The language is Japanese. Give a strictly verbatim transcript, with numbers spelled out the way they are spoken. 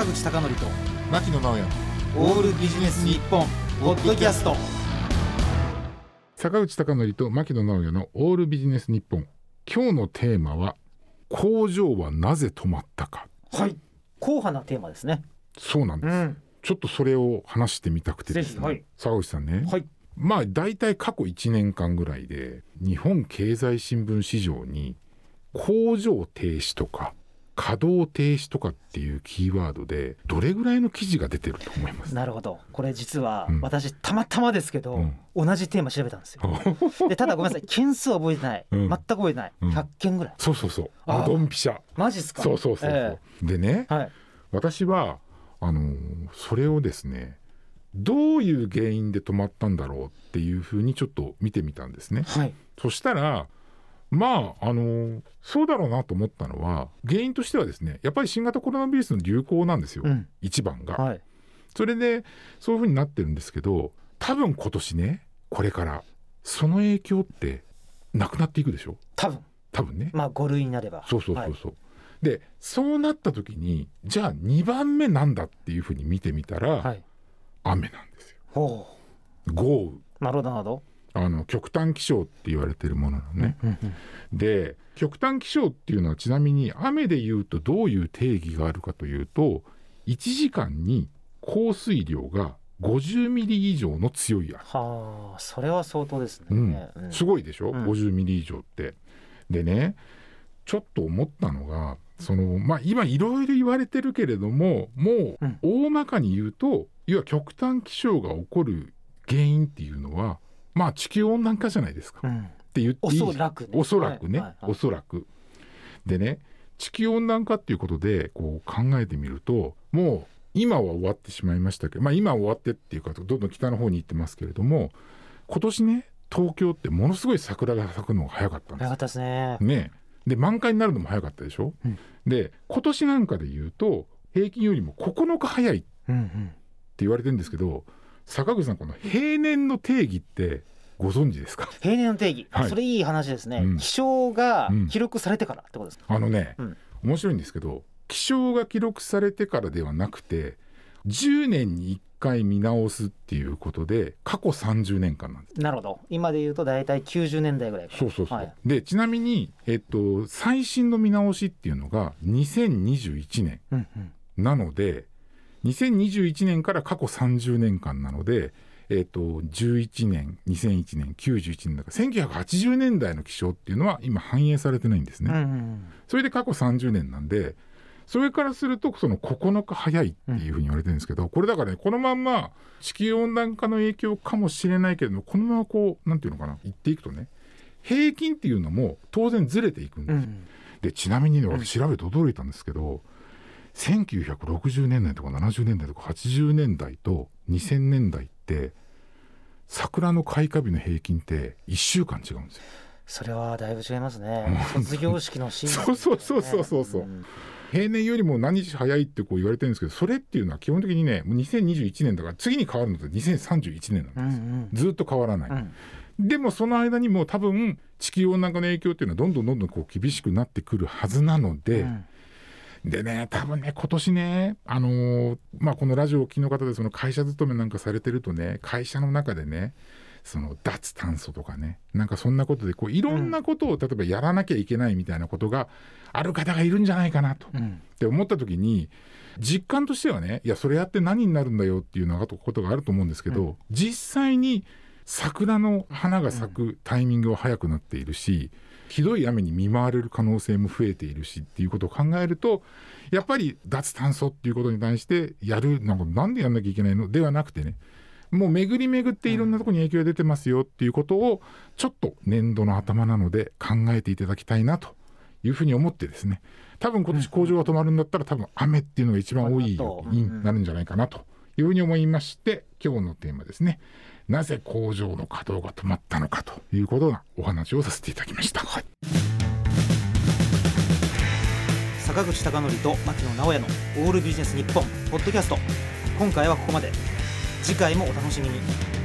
坂口孝則と牧野直哉オールビジネス日本ポッドキャスト。 坂口孝則と牧野直哉のオールビジネス日本。今日のテーマは工場はなぜ止まったか。 はい、硬派なテーマですね。 そうなんです、うん、ちょっとそれを話してみたくてですね、はい、坂口さんね、はい、まあ大体過去いちねんかんぐらいで日本経済新聞市場に工場停止とか稼働停止とかっていうキーワードでどれぐらいの記事が出てると思います？なるほど。これ実は私、うん、たまたまですけど、うん、同じテーマ調べたんですよでただごめんなさい、件数は覚えてない、うん、全く覚えてない、うん、ひゃっけんぐらい。 そうそうそう、あドンピシャ。 マジっすか？ そうそうそうそう、えー、でね、はい、私はあのー、それをですねどういう原因で止まったんだろうっていうふうにちょっと見てみたんですね、はい、そしたらまああのー、そうだろうなと思ったのは原因としてはですねやっぱり新型コロナウイルスの流行なんですよ、うん、一番が、はい、それでそういうふうになってるんですけど多分今年ねこれからその影響ってなくなっていくでしょ。多分多分ね、まあご類になれば。そうそうそうそう、はい、でそうなった時にじゃあにばんめなんだっていうふうに見てみたら、はい、雨なんですよ。ほう、豪雨。なるほどなるほど。あの極端気象って言われてるものなのね、うんうんうん、で極端気象っていうのはちなみに雨で言うとどういう定義があるかというといちじかんに降水量がごじゅうミリ以上の強い雨。はあ、それは相当ですね、うんうん、すごいでしょ、うん、ごじゅうミリ以上って。でねちょっと思ったのがその、まあ、今いろいろ言われてるけれどももう大まかに言うと要は極端気象が起こる原因っていうのはまあ地球温暖化じゃないですか、うん、って言っていい。おそらくねおそらくね、はいはいはい、おそらくでね地球温暖化っていうことでこう考えてみるともう今は終わってしまいましたけど、まあ今は終わってっていうかどんどん北の方に行ってますけれども今年ね東京ってものすごい桜が咲くのが早かったんです。早かったですね。ねで満開になるのも早かったでしょ、うん、で今年なんかで言うと平均よりもここのか早いって言われてるんですけど、うんうん、坂口さんこの平年の定義ってご存知ですか？平年の定義、はい、それいい話ですね、うん、気象が記録されてからってことですか？あのね、うん、面白いんですけど気象が記録されてからではなくてじゅうねんにいっかい見直すっていうことで過去さんじゅうねんかんなんです。なるほど。今で言うとだいたいきゅうじゅうねんだいぐらいか。そうそうそう、はい、でちなみに、えっと、最新の見直しっていうのがにせんにじゅういちねん、うんうん、なのでにせんにじゅういちねんから過去さんじゅうねんかんなので、えっと、じゅういちねんにせんいちねんきゅうじゅういちねんだからせんきゅうひゃくはちじゅうねんだいの気象っていうのは今反映されてないんですね、うんうん、それで過去さんじゅうねんなんでそれからするとそのここのか早いっていうふうに言われてるんですけど、うん、これだからねこのまんま地球温暖化の影響かもしれないけれどもこのままこうなんていうのかな言っていくとね平均っていうのも当然ずれていくんです、うん、でちなみにね私調べて驚いたんですけど、うん、せんきゅうひゃくろくじゅうねんだいとかななじゅうねんだいとかはちじゅうねんだいとにせんねんだいって桜の開花日の平均っていっしゅうかん違うんですよ。それはだいぶ違いますね卒業式のシーン、ね、そうそうそうそうそうそう、うん平年よりも何日早いってこう言われてるんですけどそれっていうのは基本的にねもうにせんにじゅういちねんだから次に変わるのってにせんさんじゅういちねんなんです、うんうん、ずっと変わらない、うん、でもその間にも多分地球温暖化の影響っていうのはどんどんどんどんこう厳しくなってくるはずなので、うん、でね多分ね今年ねあのー、まあこのラジオをお聞きの方でその会社勤めなんかされてるとね会社の中でねその脱炭素とかねなんかそんなことでこういろんなことを例えばやらなきゃいけないみたいなことがある方がいるんじゃないかなと、うん、って思った時に実感としてはねいやそれやって何になるんだよっていうのがことがあると思うんですけど、うん、実際に桜の花が咲くタイミングは早くなっているし、うん、ひどい雨に見舞われる可能性も増えているしっていうことを考えるとやっぱり脱炭素っていうことに対してやるなんかなんでやんなきゃいけないのではなくてねもう巡り巡っていろんなところに影響が出てますよっていうことをちょっと年度の頭なので考えていただきたいなというふうに思ってですね多分今年工場が止まるんだったら多分雨っていうのが一番多いになるんじゃないかなというふうに思いまして今日のテーマですねなぜ工場の稼働が止まったのかということなお話をさせていただきました、はい、 坂口孝則と牧野直哉のオールビジネス日本ポッドキャスト今回はここまで。次回もお楽しみに。